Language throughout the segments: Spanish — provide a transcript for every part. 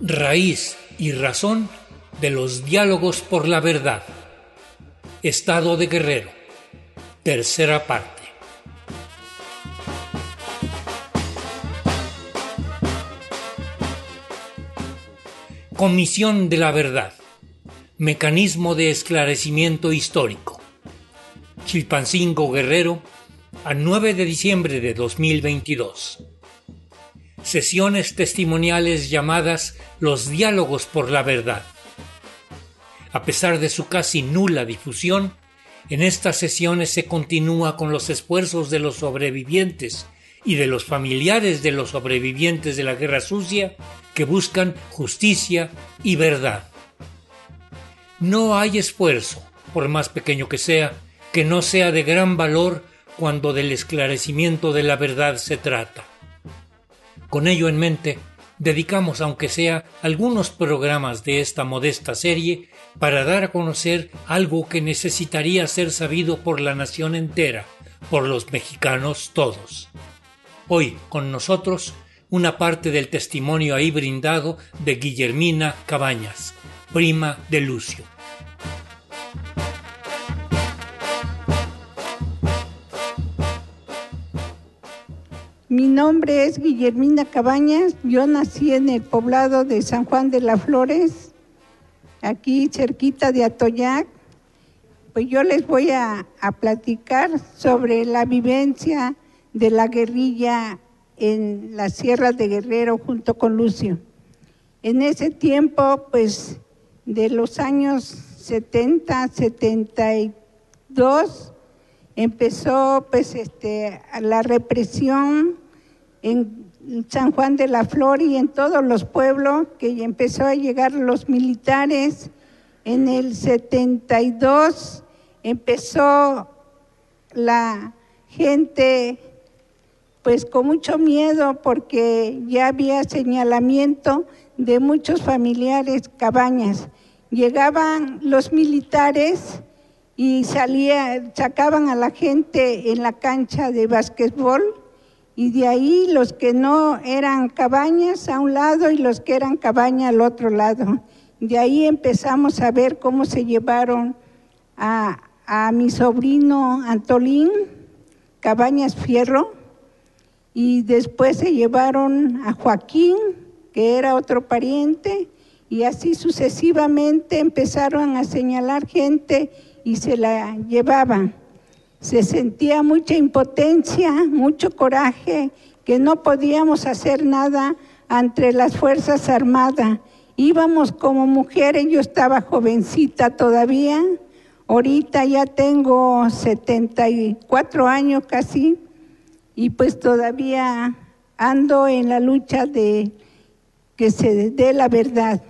Raíz y razón de los diálogos por la verdad. Estado de Guerrero. Tercera parte. Comisión de la Verdad. Mecanismo de esclarecimiento histórico. Chilpancingo, Guerrero, a 9 de diciembre de 2022. Sesiones testimoniales llamadas Los Diálogos por la Verdad. A pesar de su casi nula difusión, en estas sesiones se continúa con los esfuerzos de los sobrevivientes y de los familiares de los sobrevivientes de la Guerra Sucia que buscan justicia y verdad. No hay esfuerzo, por más pequeño que no sea de gran valor cuando del esclarecimiento de la verdad se trata. Con ello en mente, dedicamos aunque sea algunos programas de esta modesta serie para dar a conocer algo que necesitaría ser sabido por la nación entera, por los mexicanos todos. Hoy, con nosotros, una parte del testimonio ahí brindado de Guillermina Cabañas, prima de Lucio. Mi nombre es Guillermina Cabañas, yo nací en el poblado de San Juan de las Flores, aquí cerquita de Atoyac. Pues yo les voy a platicar sobre la vivencia de la guerrilla en las sierras de Guerrero junto con Lucio. En ese tiempo, pues de los años 70, 72, empezó pues la represión en San Juan de la Flor y en todos los pueblos, que empezó a llegar los militares. En el 72 empezó la gente pues con mucho miedo porque ya había señalamiento de muchos familiares Cabañas. Llegaban los militares y sacaban a la gente en la cancha de básquetbol, y de ahí los que no eran Cabañas a un lado y los que eran Cabañas al otro lado. De ahí empezamos a ver cómo se llevaron a mi sobrino Antolín Cabañas Fierro, y después se llevaron a Joaquín, que era otro pariente, y así sucesivamente empezaron a señalar gente y se la llevaban. Se sentía mucha impotencia, mucho coraje, que no podíamos hacer nada ante las Fuerzas Armadas. Íbamos como mujeres, yo estaba jovencita todavía, ahorita ya tengo 74 años casi, y pues todavía ando en la lucha de que se dé la verdad.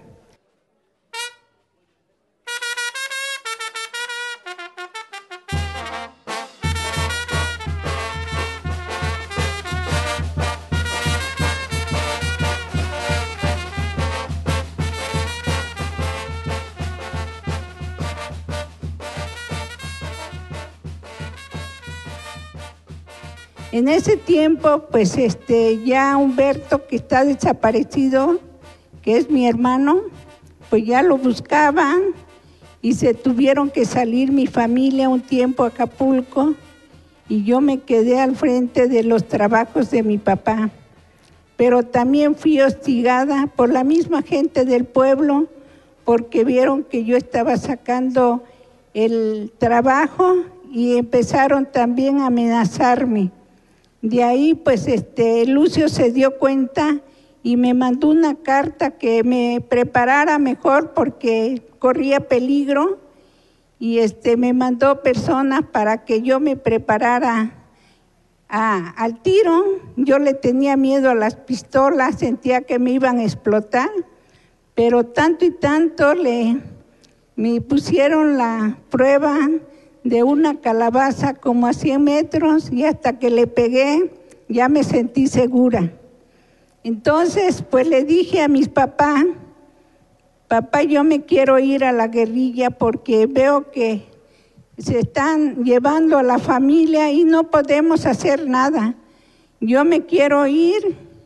En ese tiempo, pues ya Humberto, que está desaparecido, que es mi hermano, pues ya lo buscaban y se tuvieron que salir mi familia un tiempo a Acapulco, y yo me quedé al frente de los trabajos de mi papá. Pero también fui hostigada por la misma gente del pueblo, porque vieron que yo estaba sacando el trabajo y empezaron también a amenazarme. De ahí, pues, Lucio se dio cuenta y me mandó una carta que me preparara mejor porque corría peligro, y me mandó personas para que yo me preparara al tiro. Yo le tenía miedo a las pistolas, sentía que me iban a explotar, pero tanto y tanto me pusieron la prueba de una calabaza como a 100 metros, y hasta que le pegué ya me sentí segura. Entonces pues le dije a mis papás: papá, yo me quiero ir a la guerrilla porque veo que se están llevando a la familia y no podemos hacer nada. Yo me quiero ir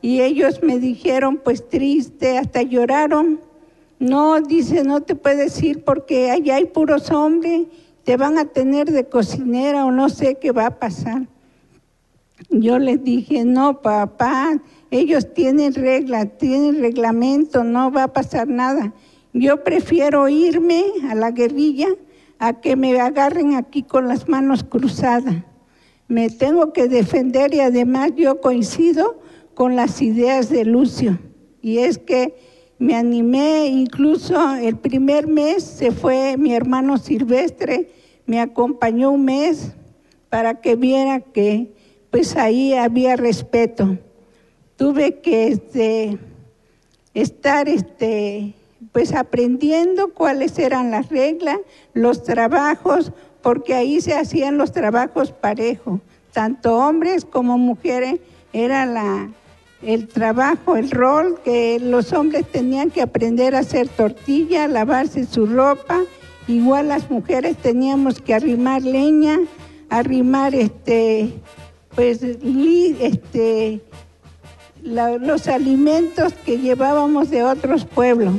y ellos me dijeron, pues triste, hasta lloraron. No, dice, no te puedes ir porque allá hay puros hombres, te van a tener de cocinera o no sé qué va a pasar. Yo les dije, no, papá, ellos tienen reglas, tienen reglamento, no va a pasar nada. Yo prefiero irme a la guerrilla a que me agarren aquí con las manos cruzadas. Me tengo que defender y además yo coincido con las ideas de Lucio. Y es que me animé, incluso el primer mes se fue mi hermano Silvestre, me acompañó un mes para que viera que pues ahí había respeto. Tuve que estar pues aprendiendo cuáles eran las reglas, los trabajos, porque ahí se hacían los trabajos parejos, tanto hombres como mujeres, era el trabajo, el rol que los hombres tenían que aprender a hacer tortilla, lavarse su ropa, igual las mujeres teníamos que arrimar leña, arrimar los alimentos que llevábamos de otros pueblos.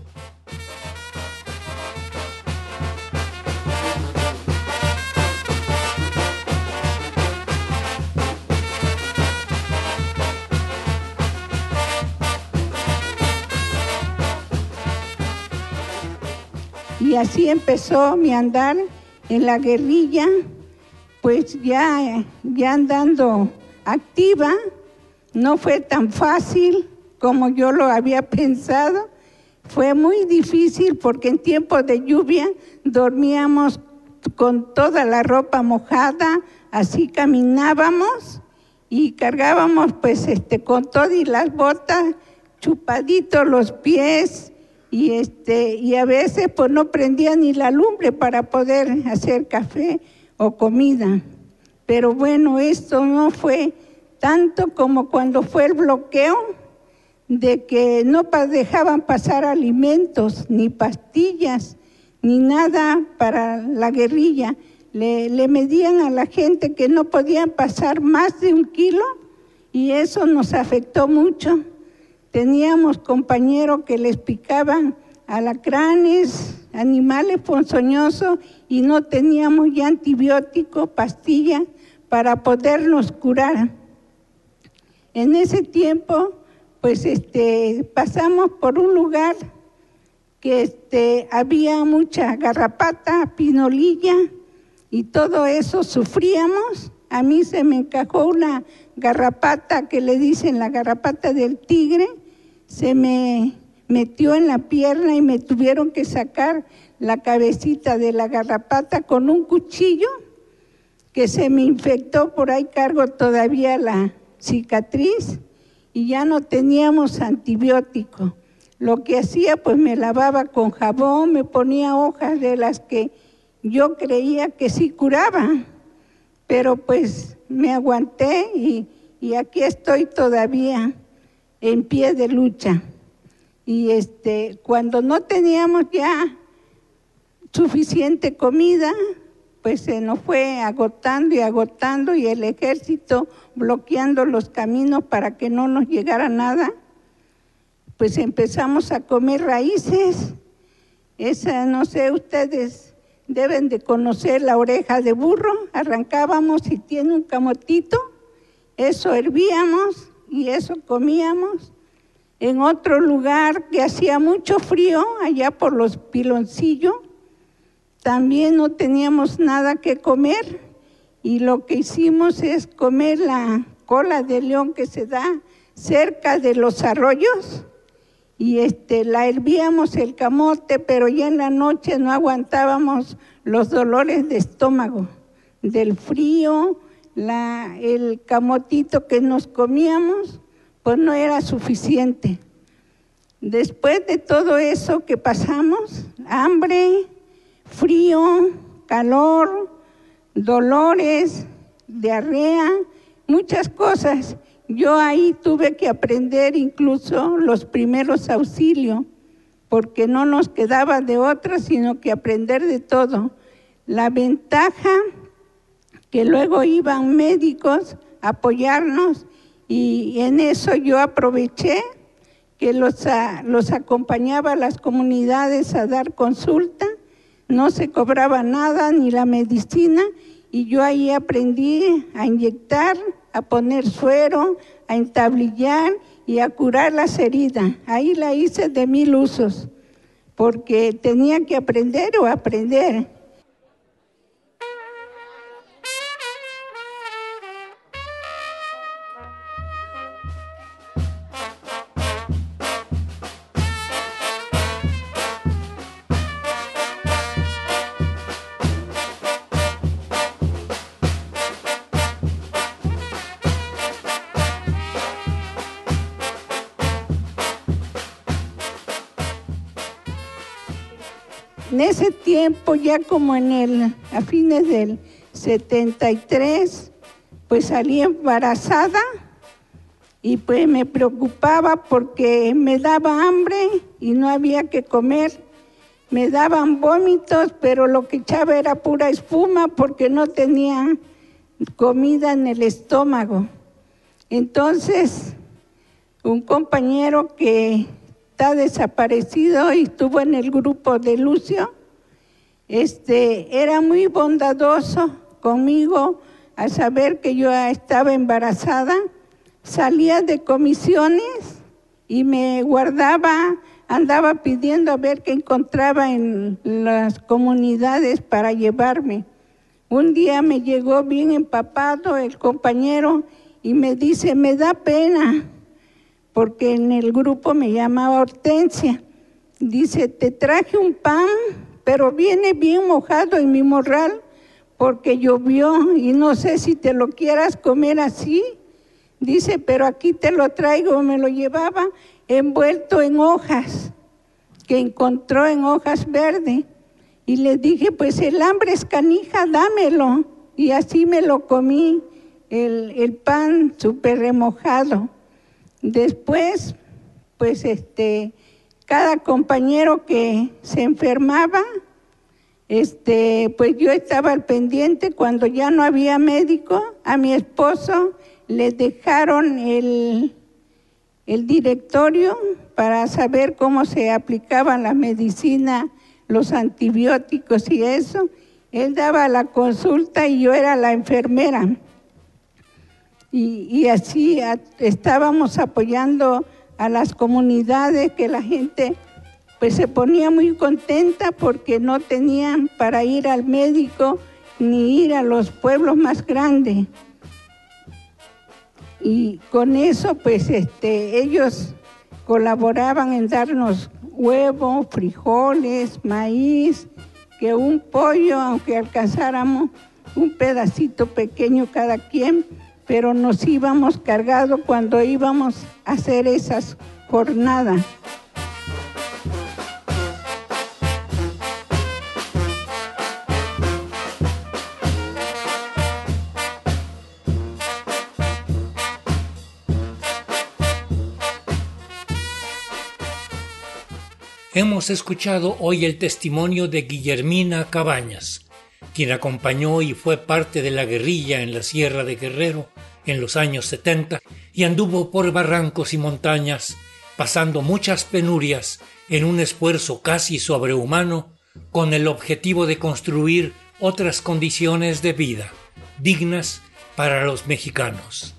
Y así empezó mi andar en la guerrilla, pues ya andando activa. No fue tan fácil como yo lo había pensado. Fue muy difícil porque en tiempos de lluvia dormíamos con toda la ropa mojada, así caminábamos y cargábamos pues con todo y las botas, chupaditos los pies y a veces pues no prendía ni la lumbre para poder hacer café o comida. Pero bueno, esto no fue tanto como cuando fue el bloqueo, de que no dejaban pasar alimentos, ni pastillas, ni nada para la guerrilla. Le medían a la gente que no podían pasar más de 1 kilo y eso nos afectó mucho. Teníamos compañeros que les picaban alacranes, animales ponzoñosos y no teníamos ya antibióticos, pastillas para podernos curar. En ese tiempo, pues pasamos por un lugar que había mucha garrapata, pinolilla y todo eso sufríamos. A mí se me encajó una garrapata que le dicen la garrapata del tigre, se me metió en la pierna y me tuvieron que sacar la cabecita de la garrapata con un cuchillo que se me infectó, por ahí cargo todavía la cicatriz y ya no teníamos antibiótico. Lo que hacía, pues me lavaba con jabón, me ponía hojas de las que yo creía que sí curaban, pero pues me aguanté y aquí estoy todavía en pie de lucha. Y cuando no teníamos ya suficiente comida, pues se nos fue agotando y el ejército bloqueando los caminos para que no nos llegara nada, pues empezamos a comer raíces. Esa, no sé, ustedes deben de conocer la oreja de burro, arrancábamos y tiene un camotito, eso hervíamos y eso comíamos. En otro lugar que hacía mucho frío, allá por los Piloncillos, también no teníamos nada que comer y lo que hicimos es comer la cola de león que se da cerca de los arroyos y la hervíamos el camote, pero ya en la noche no aguantábamos los dolores de estómago, del frío, el camotito que nos comíamos, pues no era suficiente. Después de todo eso que pasamos, hambre, frío, calor, dolores, diarrea, muchas cosas. Yo ahí tuve que aprender incluso los primeros auxilios, porque no nos quedaba de otra, sino que aprender de todo. La ventaja que luego iban médicos a apoyarnos y en eso yo aproveché que los acompañaba a las comunidades a dar consulta, no se cobraba nada ni la medicina, y yo ahí aprendí a inyectar, a poner suero, a entablillar y a curar las heridas. Ahí la hice de 1000 usos, porque tenía que aprender o aprender. En ese tiempo, ya como a fines del 73, pues salí embarazada y pues me preocupaba porque me daba hambre y no había que comer. Me daban vómitos, pero lo que echaba era pura espuma porque no tenía comida en el estómago. Entonces, un compañero que está desaparecido y estuvo en el grupo de Lucio, era muy bondadoso conmigo al saber que yo estaba embarazada. Salía de comisiones y me guardaba, andaba pidiendo a ver qué encontraba en las comunidades para llevarme. Un día me llegó bien empapado el compañero y me dice, me da pena, porque en el grupo me llamaba Hortensia. Dice, te traje un pan, pero viene bien mojado en mi morral porque llovió y no sé si te lo quieras comer así. Dice, pero aquí te lo traigo. Me lo llevaba envuelto en hojas, que encontró en hojas verdes. Y le dije, pues el hambre es canija, dámelo. Y así me lo comí, el pan súper remojado. Después, pues cada compañero que se enfermaba, pues yo estaba al pendiente. Cuando ya no había médico, a mi esposo le dejaron el directorio para saber cómo se aplicaban las medicinas, los antibióticos y eso. Él daba la consulta y yo era la enfermera. Y así estábamos apoyando a las comunidades, que la gente pues se ponía muy contenta porque no tenían para ir al médico ni ir a los pueblos más grandes. Y con eso pues ellos colaboraban en darnos huevos, frijoles, maíz, que un pollo, aunque alcanzáramos un pedacito pequeño cada quien, pero nos íbamos cargados cuando íbamos a hacer esas jornadas. Hemos escuchado hoy el testimonio de Guillermina Cabañas, quien acompañó y fue parte de la guerrilla en la Sierra de Guerrero en los años 70 y anduvo por barrancos y montañas, pasando muchas penurias en un esfuerzo casi sobrehumano con el objetivo de construir otras condiciones de vida dignas para los mexicanos.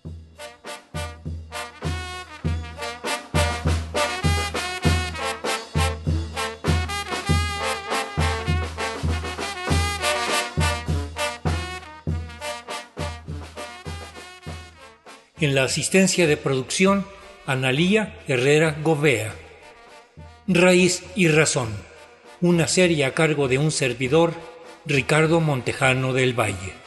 En la asistencia de producción, Analía Herrera Govea. Raíz y Razón, una serie a cargo de un servidor, Ricardo Montejano del Valle.